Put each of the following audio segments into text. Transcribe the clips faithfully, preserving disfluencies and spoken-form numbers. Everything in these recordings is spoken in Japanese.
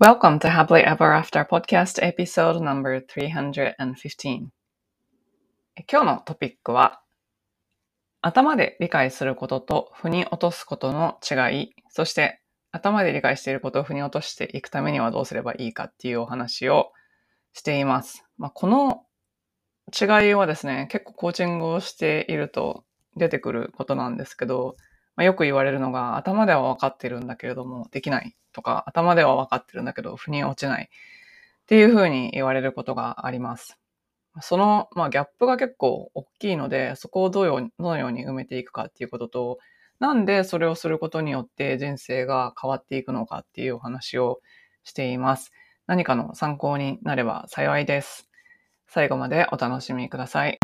Welcome to Happily Ever After Podcast Episode Number three hundred fifteen。今日のトピックは、頭で理解することと腑に落とすことの違い、そして頭で理解していることを腑に落としていくためにはどうすればいいかっていうお話をしています。まあ、この違いはですね、結構コーチングをしていると出てくることなんですけど、まあ、よく言われるのが頭では分かってるんだけれどもできないとか、頭では分かってるんだけど腑に落ちないっていうふうに言われることがあります。その、まあ、ギャップが結構大きいので、そこをどうようどのように埋めていくかっていうことと、なんでそれをすることによって人生が変わっていくのかっていうお話をしています。何かの参考になれば幸いです。最後までお楽しみください。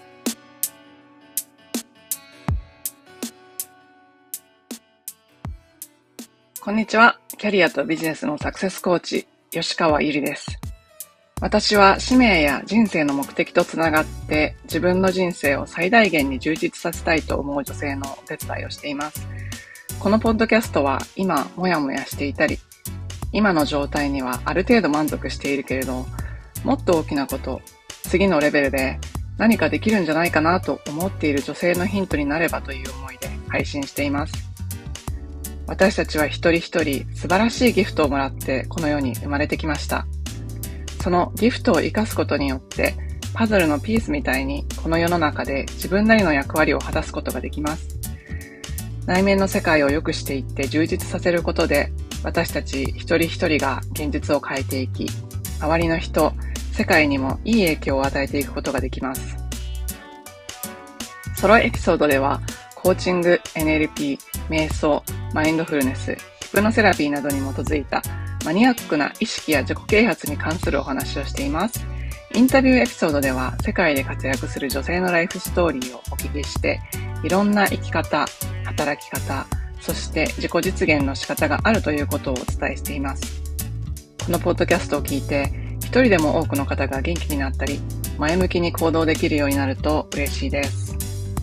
こんにちは。キャリアとビジネスのサクセスコーチ、吉川ゆりです。私は使命や人生の目的とつながって自分の人生を最大限に充実させたいと思う女性のお手伝いをしています。このポッドキャストは今もやもやしていたり、今の状態にはある程度満足しているけれど、もっと大きなこと、次のレベルで何かできるんじゃないかなと思っている女性のヒントになればという思いで配信しています。私たちは一人一人素晴らしいギフトをもらってこの世に生まれてきました。そのギフトを生かすことによってパズルのピースみたいにこの世の中で自分なりの役割を果たすことができます。内面の世界を良くしていって充実させることで私たち一人一人が現実を変えていき、周りの人、世界にもいい影響を与えていくことができます。ソロエピソードではコーチング、エヌエルピー、瞑想、マインドフルネス、ヒプノセラピーなどに基づいたマニアックな意識や自己啓発に関するお話をしています。インタビューエピソードでは世界で活躍する女性のライフストーリーをお聞きして、いろんな生き方、働き方、そして自己実現の仕方があるということをお伝えしています。このポッドキャストを聞いて、一人でも多くの方が元気になったり、前向きに行動できるようになると嬉しいです。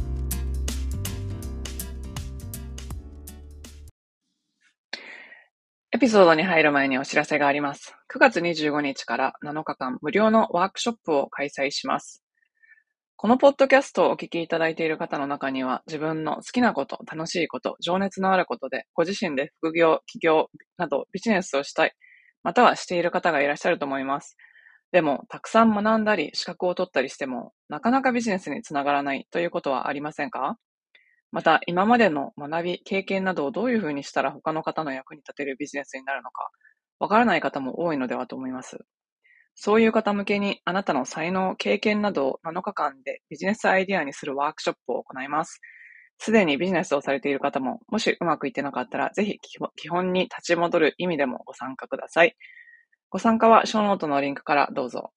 エピソードに入る前にお知らせがあります。くがつにじゅうごにちからなのかかん無料のワークショップを開催します。このポッドキャストをお聞きいただいている方の中には、自分の好きなこと、楽しいこと、情熱のあることで、ご自身で副業、起業などビジネスをしたい、またはしている方がいらっしゃると思います。でも、たくさん学んだり、資格を取ったりしても、なかなかビジネスにつながらないということはありませんか？また、今までの学び、経験などをどういうふうにしたら他の方の役に立てるビジネスになるのか、わからない方も多いのではと思います。そういう方向けに、あなたの才能、経験などをなのかかんでビジネスアイデアにするワークショップを行います。すでにビジネスをされている方も、もしうまくいってなかったら、ぜひ基本に立ち戻る意味でもご参加ください。ご参加はショーノートのリンクからどうぞ。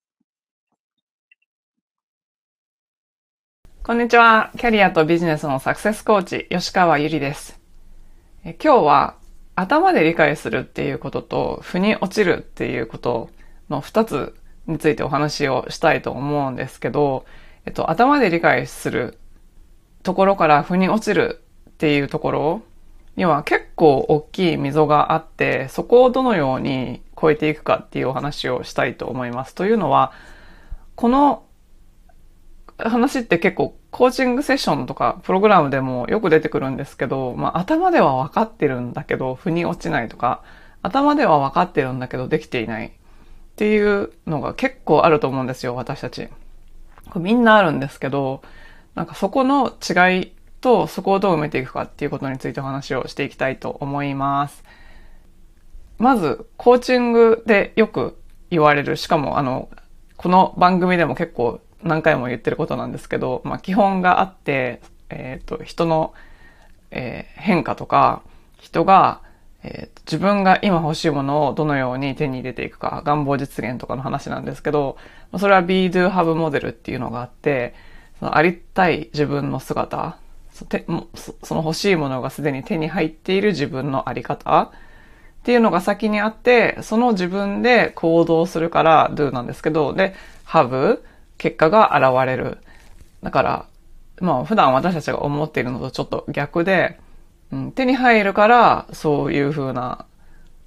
こんにちは。キャリアとビジネスのサクセスコーチ、吉川ゆりです。え今日は頭で理解するっていうことと腑に落ちるっていうことの二つについてお話をしたいと思うんですけど、えっと、頭で理解するところから腑に落ちるっていうところには結構大きい溝があって、そこをどのように越えていくかっていうお話をしたいと思います。というのは、この話って結構コーチングセッションとかプログラムでもよく出てくるんですけど、まあ頭では分かってるんだけど腑に落ちないとか、頭では分かってるんだけどできていないっていうのが結構あると思うんですよ、私たち。これみんなあるんですけど、なんかそこの違いとそこをどう埋めていくかっていうことについてお話をしていきたいと思います。まず、コーチングでよく言われる、しかもあの、この番組でも結構何回も言ってることなんですけど、まあ基本があって、えっと、人の、えー、変化とか、人が、えー、自分が今欲しいものをどのように手に入れていくか、願望実現とかの話なんですけど、それは Be Do Have モデルっていうのがあって、そのありたい自分の姿、その欲しいものがすでに手に入っている自分のあり方っていうのが先にあって、その自分で行動するから Do なんですけど、で、Have結果が現れる。だから、まあ普段私たちが思っているのとちょっと逆で、うん、手に入るからそういう風な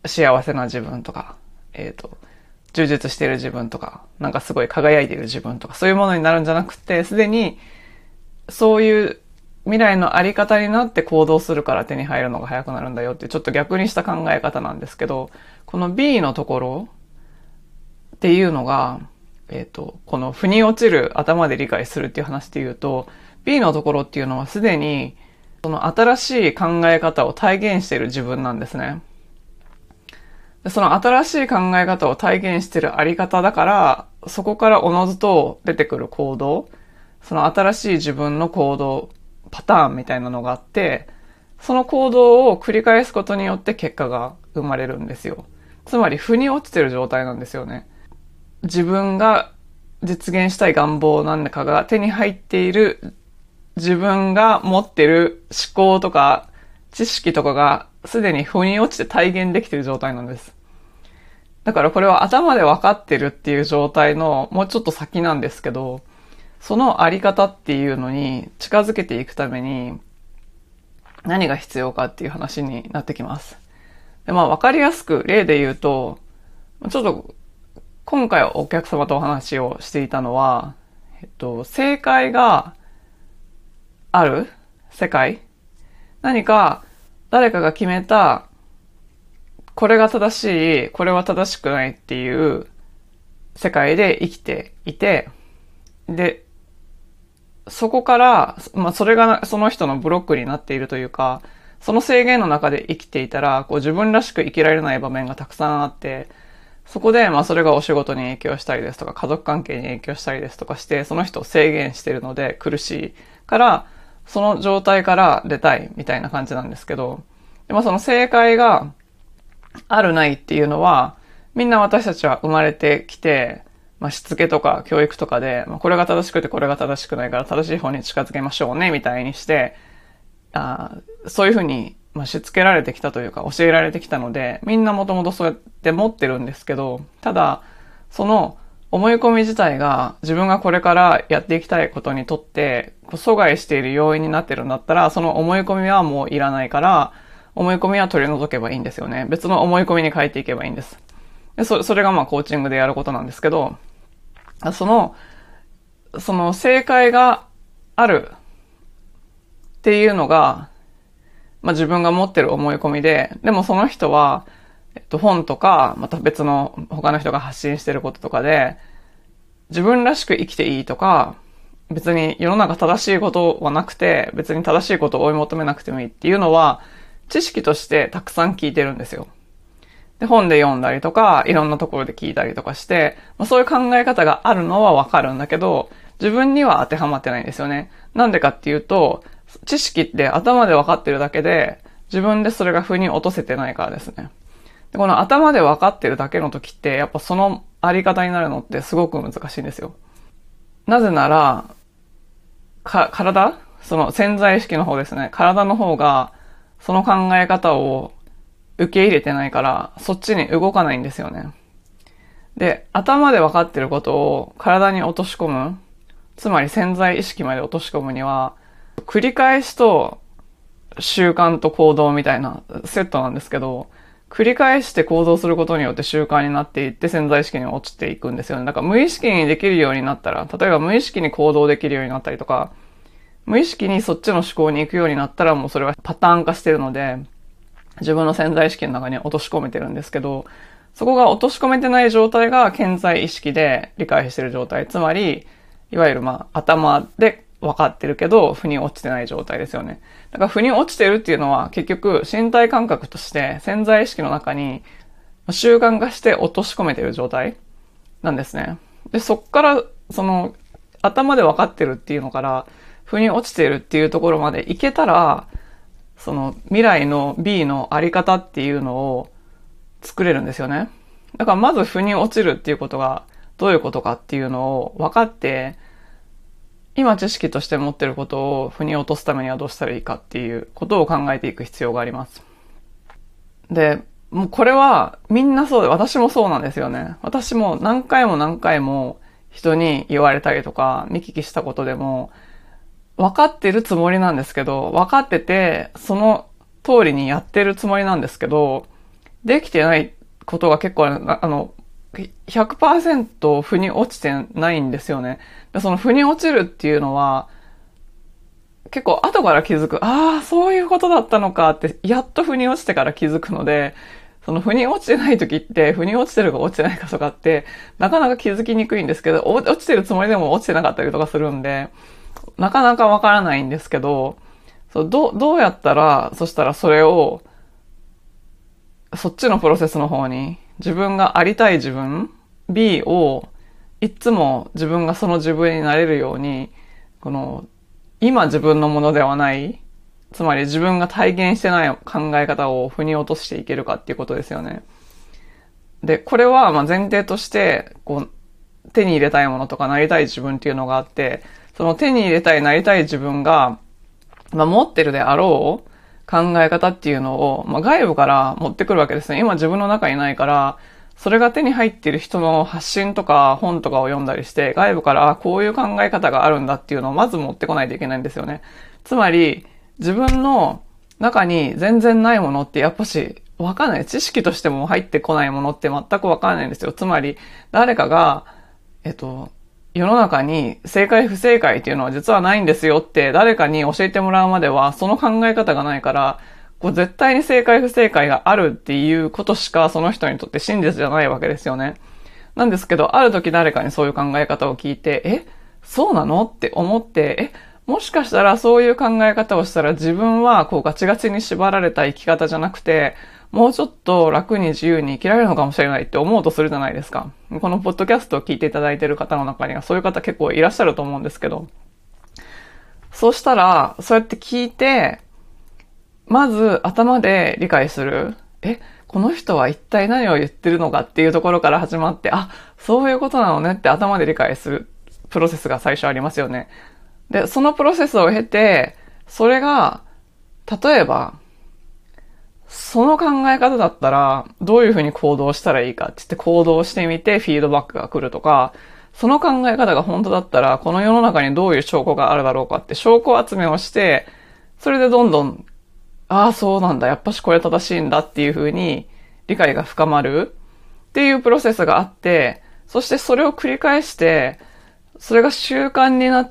幸せな自分とか、えっと、充実している自分とか、なんかすごい輝いている自分とか、そういうものになるんじゃなくて、すでにそういう未来のあり方になって行動するから手に入るのが早くなるんだよっていうちょっと逆にした考え方なんですけど、この B のところっていうのが、えっと、この腑に落ちる頭で理解するっていう話で言うと、B のところっていうのはすでにその新しい考え方を体現している自分なんですね。でその新しい考え方を体現しているあり方だから、そこからおのずと出てくる行動、その新しい自分の行動、パターンみたいなのがあって、その行動を繰り返すことによって結果が生まれるんですよ。つまり腑に落ちてる状態なんですよね。自分が実現したい願望なんかが手に入っている自分が持ってる思考とか知識とかがすでに腑に落ちて体現できている状態なんです。だからこれは頭で分かってるっていう状態のもうちょっと先なんですけど、そのあり方っていうのに近づけていくために何が必要かっていう話になってきます。で、まあ分かりやすく例で言うと、ちょっと今回お客様とお話をしていたのは、えっと、正解がある世界、何か誰かが決めたこれが正しい、これは正しくないっていう世界で生きていて、で、そこから、まあそれがその人のブロックになっているというか、その制限の中で生きていたら、こう自分らしく生きられない場面がたくさんあって、そこでまあそれがお仕事に影響したりですとか、家族関係に影響したりですとかして、その人を制限しているので苦しいから、その状態から出たいみたいな感じなんですけど、でまあその正解があるないっていうのは、みんな私たちは生まれてきて、まあ、しつけとか教育とかで、まあ、これが正しくてこれが正しくないから正しい方に近づけましょうね、みたいにして、あそういうふうに、まあ、しつけられてきたというか教えられてきたので、みんなもともとそうやって持ってるんですけど、ただ、その思い込み自体が自分がこれからやっていきたいことにとって、阻害している要因になってるんだったら、その思い込みはもういらないから、思い込みは取り除けばいいんですよね。別の思い込みに変えていけばいいんです。でそそれがまあコーチングでやることなんですけど、その、その正解があるっていうのが、まあ自分が持ってる思い込みで、でもその人は、えっと本とか、また別の他の人が発信してることとかで、自分らしく生きていいとか、別に世の中正しいことはなくて、別に正しいことを追い求めなくてもいいっていうのは、知識としてたくさん聞いてるんですよ。で、本で読んだりとか、いろんなところで聞いたりとかして、まあ、そういう考え方があるのはわかるんだけど、自分には当てはまってないんですよね。なんでかっていうと、知識って頭でわかってるだけで、自分でそれが腑に落とせてないからですね。で、この頭でわかってるだけの時って、やっぱそのあり方になるのってすごく難しいんですよ。なぜなら、か、体その潜在意識の方ですね。体の方が、その考え方を受け入れてないから、そっちに動かないんですよね。で、頭で分かってることを体に落とし込む、つまり潜在意識まで落とし込むには、繰り返しと習慣と行動みたいなセットなんですけど、繰り返して行動することによって習慣になっていって潜在意識に落ちていくんですよね。だから無意識にできるようになったら、例えば無意識に行動できるようになったりとか、無意識にそっちの思考に行くようになったらもうそれはパターン化してるので、自分の潜在意識の中に落とし込めてるんですけど、そこが落とし込めてない状態が潜在意識で理解してる状態。つまり、いわゆるまあ頭で分かってるけど、腑に落ちてない状態ですよね。だから腑に落ちてるっていうのは結局身体感覚として潜在意識の中に習慣化して落とし込めてる状態なんですね。で、そっからその頭で分かってるっていうのから腑に落ちてるっていうところまでいけたら、その未来の B のあり方っていうのを作れるんですよね。だからまず腑に落ちるっていうことがどういうことかっていうのを分かって、今知識として持ってることを腑に落とすためにはどうしたらいいかっていうことを考えていく必要があります。で、もうこれはみんなそうで、私もそうなんですよね。私も何回も何回も人に言われたりとか見聞きしたことでも分かってるつもりなんですけど、分かっててその通りにやってるつもりなんですけど、 できてないことが結構あの、ひゃくパーセント 腑に落ちてないんですよね。でその腑に落ちるっていうのは、結構後から気づく、ああ、そういうことだったのかって、やっと腑に落ちてから気づくので、その腑に落ちてない時って、腑に落ちてるか落ちてないかとかって、なかなか気づきにくいんですけど、落ちてるつもりでも落ちてなかったりとかするんで、なかなかわからないんですけど、そうどう、どうやったら、そしたらそれを、そっちのプロセスの方に、自分がありたい自分、B を、いつも自分がその自分になれるように、この、今自分のものではない、つまり自分が体現してない考え方を腑に落としていけるかっていうことですよね。で、これはまあ前提として、こう、手に入れたいものとかなりたい自分っていうのがあって、その手に入れたいなりたい自分が、まあ持ってるであろう考え方っていうのを、まあ外部から持ってくるわけですね。今自分の中にないから、それが手に入っている人の発信とか本とかを読んだりして、外部からこういう考え方があるんだっていうのをまず持ってこないといけないんですよね。つまり、自分の中に全然ないものってやっぱしわかんない。知識としても入ってこないものって全くわかんないんですよ。つまり、誰かが、えっと、世の中に正解不正解っていうのは実はないんですよって誰かに教えてもらうまではその考え方がないから、こう絶対に正解不正解があるっていうことしかその人にとって真実じゃないわけですよね。なんですけど、ある時誰かにそういう考え方を聞いて、え、そうなのって思って、え、もしかしたらそういう考え方をしたら自分はこうガチガチに縛られた生き方じゃなくて、もうちょっと楽に自由に生きられるのかもしれないって思うとするじゃないですか。このポッドキャストを聞いていただいている方の中にはそういう方結構いらっしゃると思うんですけど、そうしたら、そうやって聞いて、まず頭で理解する。え、この人は一体何を言ってるのかっていうところから始まって、あ、そういうことなのねって頭で理解するプロセスが最初ありますよね。で、そのプロセスを経て、それが、例えば、その考え方だったら、どういうふうに行動したらいいかって言って行動してみてフィードバックが来るとか、その考え方が本当だったら、この世の中にどういう証拠があるだろうかって証拠集めをして、それでどんどん、ああ、そうなんだ、やっぱしこれ正しいんだっていうふうに理解が深まるっていうプロセスがあって、そしてそれを繰り返して、それが習慣になって、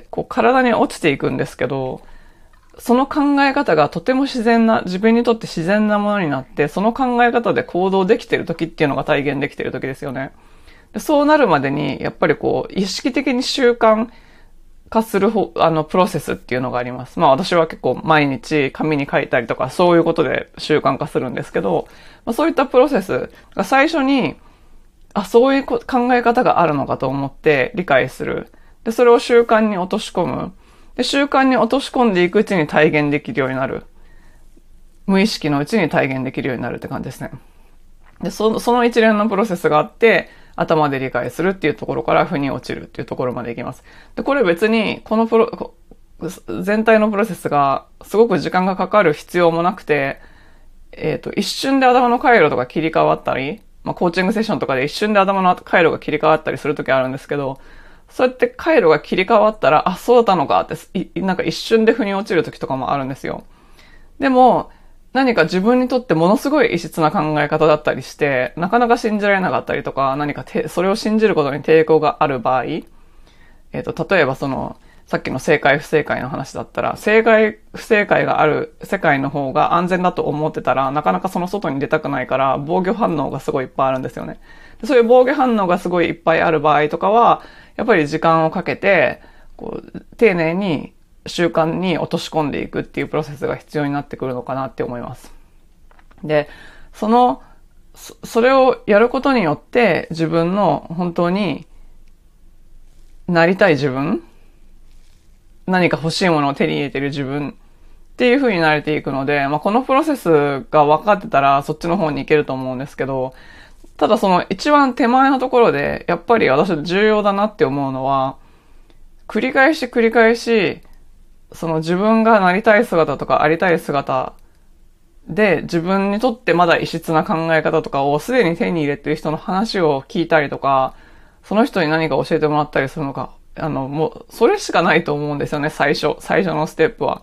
こう体に落ちていくんですけど、その考え方がとても自然な、自分にとって自然なものになって、その考え方で行動できている時っていうのが体現できている時ですよね。でそうなるまでに、やっぱりこう、意識的に習慣化するほあの、プロセスっていうのがあります。まあ私は結構毎日紙に書いたりとか、そういうことで習慣化するんですけど、まあ、そういったプロセスが最初に、あ、そういう考え方があるのかと思って理解する。で、それを習慣に落とし込む。で、習慣に落とし込んでいくうちに体現できるようになる。無意識のうちに体現できるようになるって感じですね。で、その、その一連のプロセスがあって、頭で理解するっていうところから腑に落ちるっていうところまでいきます。で、これ別に、このプロ、全体のプロセスがすごく時間がかかる必要もなくて、えっと、一瞬で頭の回路とか切り替わったり、まあ、コーチングセッションとかで一瞬で頭の回路が切り替わったりするときあるんですけど、そうやって回路が切り替わったら、あ、そうだったのかって、なんか一瞬で腑に落ちるときとかもあるんですよ。でも、何か自分にとってものすごい異質な考え方だったりして、なかなか信じられなかったりとか、何かてそれを信じることに抵抗がある場合、えっと、例えばその、さっきの正解不正解の話だったら、正解不正解がある世界の方が安全だと思ってたら、なかなかその外に出たくないから、防御反応がすごいいっぱいあるんですよね。そういう防御反応がすごいいっぱいある場合とかは、やっぱり時間をかけて、こう、丁寧に習慣に落とし込んでいくっていうプロセスが必要になってくるのかなって思います。で、その、そ, それをやることによって自分の本当になりたい自分、何か欲しいものを手に入れてる自分っていう風になれていくので、まあ、このプロセスが分かってたらそっちの方に行けると思うんですけど、ただその一番手前のところでやっぱり私重要だなって思うのは、繰り返し繰り返しその自分がなりたい姿とかありたい姿で自分にとってまだ異質な考え方とかをすでに手に入れてる人の話を聞いたりとか、その人に何か教えてもらったりするのか、あの、もう、それしかないと思うんですよね、最初。最初のステップは。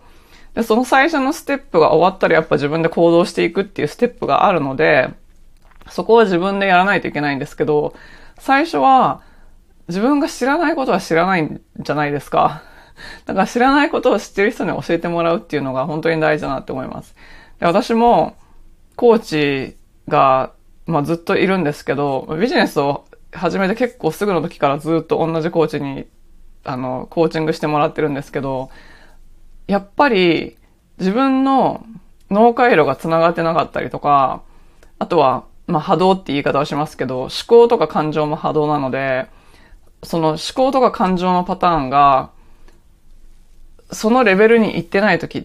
で、その最初のステップが終わったらやっぱ自分で行動していくっていうステップがあるので、そこは自分でやらないといけないんですけど、最初は自分が知らないことは知らないんじゃないですか。だから知らないことを知ってる人に教えてもらうっていうのが本当に大事だなって思います。で、私もコーチが、まあ、ずっといるんですけど、ビジネスを始めて結構すぐの時からずっと同じコーチにあのコーチングしてもらってるんですけど、やっぱり自分の脳回路がつながってなかったりとか、あとは、まあ波動って言い方をしますけど、思考とか感情も波動なので、その思考とか感情のパターンが、そのレベルに行ってない時って、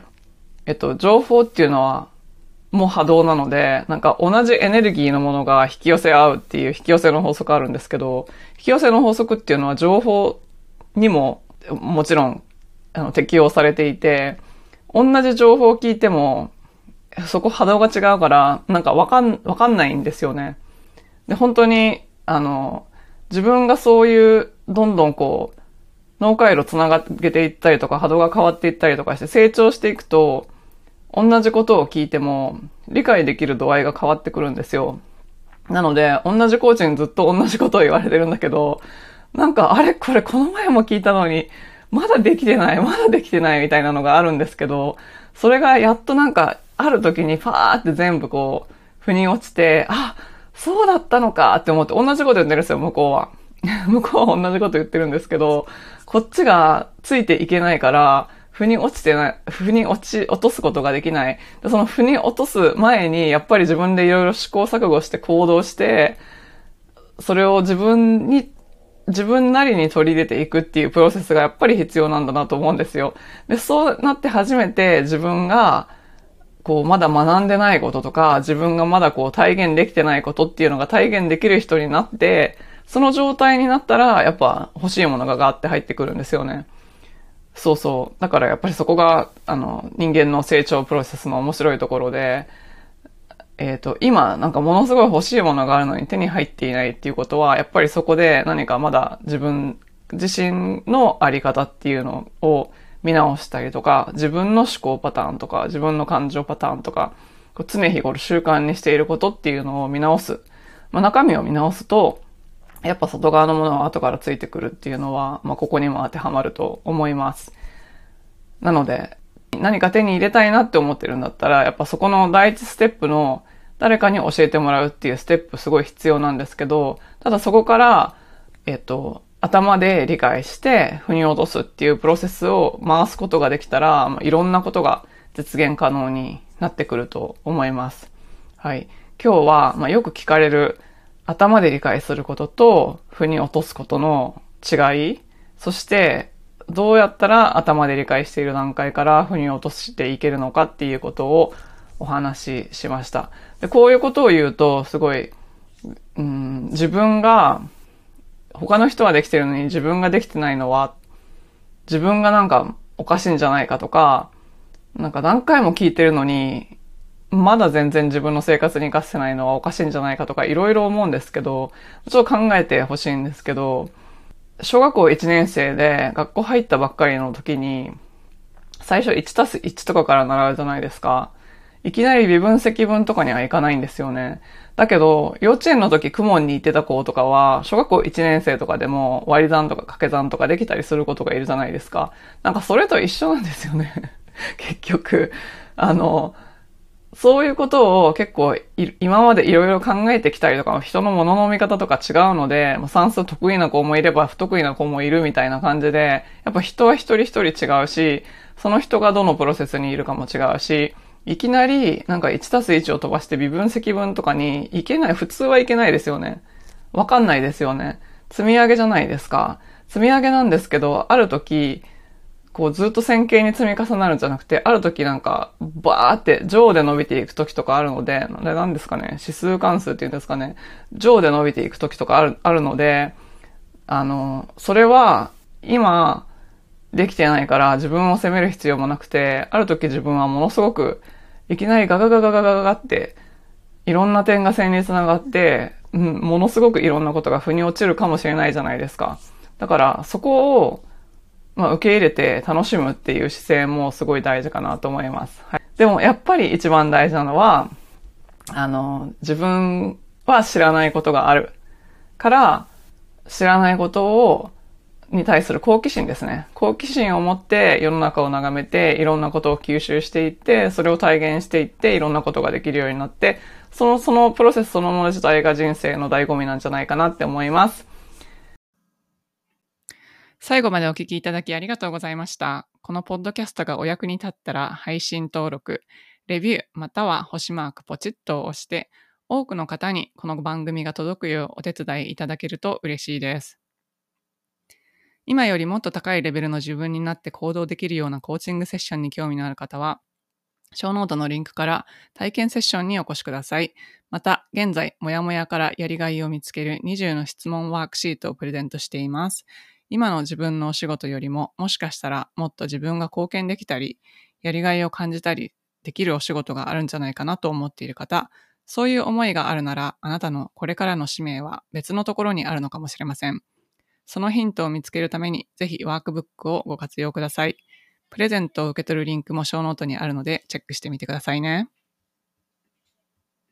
えっと、情報っていうのはもう波動なので、なんか同じエネルギーのものが引き寄せ合うっていう引き寄せの法則あるんですけど、引き寄せの法則っていうのは情報にももちろんあの適用されていて、同じ情報を聞いても、そこ波動が違うから、なんかわかん、わかんないんですよね。で、本当に、あの、自分がそういう、どんどんこう、脳回路つながげていったりとか、波動が変わっていったりとかして成長していくと、同じことを聞いても、理解できる度合いが変わってくるんですよ。なので、同じコーチにずっと同じことを言われてるんだけど、なんか、あれこれこの前も聞いたのに、まだできてない、まだできてないみたいなのがあるんですけど、それがやっとなんか、ある時にパーって全部こう、腑に落ちて、あ、そうだったのかって思って同じこと言ってるんですよ、向こうは。向こうは同じこと言ってるんですけど、こっちがついていけないから、腑に落ちてない、腑に落ち、落とすことができない。でその腑に落とす前に、やっぱり自分でいろいろ試行錯誤して行動して、それを自分に、自分なりに取り入れていくっていうプロセスがやっぱり必要なんだなと思うんですよ。で、そうなって初めて自分が、こう、まだ学んでないこととか、自分がまだこう体現できてないことっていうのが体現できる人になって、その状態になったら、やっぱ欲しいものがガーって入ってくるんですよね。そうそう。だからやっぱりそこが、あの、人間の成長プロセスの面白いところで、えっと、今、なんかものすごい欲しいものがあるのに手に入っていないっていうことは、やっぱりそこで何かまだ自分自身のあり方っていうのを見直したりとか、自分の思考パターンとか、自分の感情パターンとか、常日頃習慣にしていることっていうのを見直す。まあ、中身を見直すと、やっぱ外側のものは後からついてくるっていうのは、まあ、ここにも当てはまると思います。なので、何か手に入れたいなって思ってるんだったら、やっぱそこの第一ステップの誰かに教えてもらうっていうステップすごい必要なんですけど、ただそこから、えっと、頭で理解して腑に落とすっていうプロセスを回すことができたら、まあ、いろんなことが実現可能になってくると思います。はい。今日は、まあ、よく聞かれる頭で理解することと腑に落とすことの違い、そしてどうやったら頭で理解している段階から腑に落としていけるのかっていうことをお話ししました。で、こういうことを言うとすごい、うん、自分が他の人はできてるのに自分ができてないのは自分がなんかおかしいんじゃないかとか、なんか何回も聞いてるのにまだ全然自分の生活に活かせないのはおかしいんじゃないかとかいろいろ思うんですけど、ちょっと考えてほしいんですけど、小学校いちねん生で学校入ったばっかりの時に最初いちたすいちとかから習うじゃないですか。いきなり微分積分とかにはいかないんですよね。だけど、幼稚園の時公文に行ってた子とかは、小学校いちねん生とかでも割り算とか掛け算とかできたりする子とかいるじゃないですか。なんかそれと一緒なんですよね。結局。あの、そういうことを結構今までいろいろ考えてきたりとか、人の物の見方とか違うので、算数得意な子もいれば不得意な子もいるみたいな感じで、やっぱ人は一人一人違うし、その人がどのプロセスにいるかも違うし、いきなりなんかいちたすいちを飛ばして微分積分とかにいけない、普通はいけないですよね。わかんないですよね。積み上げじゃないですか。積み上げなんですけど、ある時、こうずっと線形に積み重なるんじゃなくて、ある時なんかバーって上で伸びていく時とかあるので、あれなんですかね、指数関数っていうんですかね、上で伸びていく時とかある、あるので、あの、それは今できてないから自分を責める必要もなくて、ある時自分はものすごくいきなりガガガガガガガガっていろんな点が線につながって、うん、ものすごくいろんなことが腑に落ちるかもしれないじゃないですか。だからそこをまあ、受け入れて楽しむっていう姿勢もすごい大事かなと思います。はい、でもやっぱり一番大事なのは、あの、自分は知らないことがあるから、知らないことを、に対する好奇心ですね。好奇心を持って世の中を眺めて、いろんなことを吸収していって、それを体現していって、いろんなことができるようになって、その、そのプロセスそのもの自体が人生の醍醐味なんじゃないかなって思います。最後までお聞きいただきありがとうございました。このポッドキャストがお役に立ったら配信登録、レビューまたは星マークポチッと押して、多くの方にこの番組が届くようお手伝いいただけると嬉しいです。今よりもっと高いレベルの自分になって行動できるようなコーチングセッションに興味のある方は、ショーノートのリンクから体験セッションにお越しください。また、現在、もやもやからやりがいを見つけるにじゅうの質問ワークシートをプレゼントしています。今の自分のお仕事よりも、もしかしたらもっと自分が貢献できたり、やりがいを感じたりできるお仕事があるんじゃないかなと思っている方、そういう思いがあるなら、あなたのこれからの使命は別のところにあるのかもしれません。そのヒントを見つけるために、ぜひワークブックをご活用ください。プレゼントを受け取るリンクもショーノートにあるので、チェックしてみてくださいね。